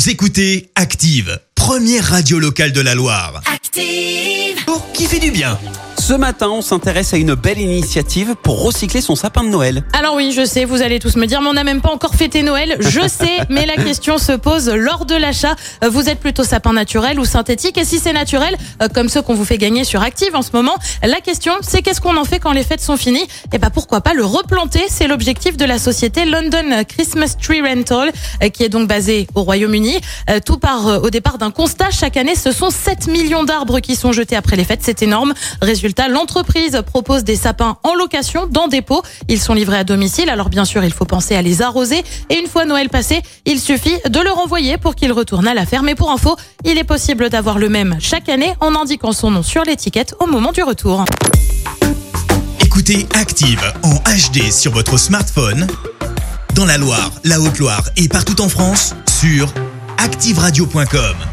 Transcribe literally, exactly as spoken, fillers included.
Vous écoutez Active, première radio locale de la Loire. Active Pour qui fait du bien. Ce matin, on s'intéresse à une belle initiative pour recycler son sapin de Noël. Alors oui, je sais, vous allez tous me dire, mais on n'a même pas encore fêté Noël. Je sais, mais la question se pose lors de l'achat. Vous êtes plutôt sapin naturel ou synthétique? Et si c'est naturel, comme ceux qu'on vous fait gagner sur Active en ce moment, la question, c'est qu'est-ce qu'on en fait quand les fêtes sont finies? Et bah pourquoi pas le replanter? C'est l'objectif de la société London Christmas Tree Rental, qui est donc basée au Royaume-Uni. Tout part au départ d'un constat. Chaque année, ce sont sept millions d'arbres qui sont jetés après les fêtes. C'est énorme. Résultat, l'entreprise propose des sapins en location dans des pots. Ils sont livrés à domicile. Alors bien sûr, il faut penser à les arroser. Et une fois Noël passé, il suffit de le renvoyer pour qu'il retourne à la ferme. Et pour info, il est possible d'avoir le même chaque année en indiquant son nom sur l'étiquette au moment du retour. Écoutez Active en H D sur votre smartphone, dans la Loire, la Haute-Loire et partout en France, sur active radio point com.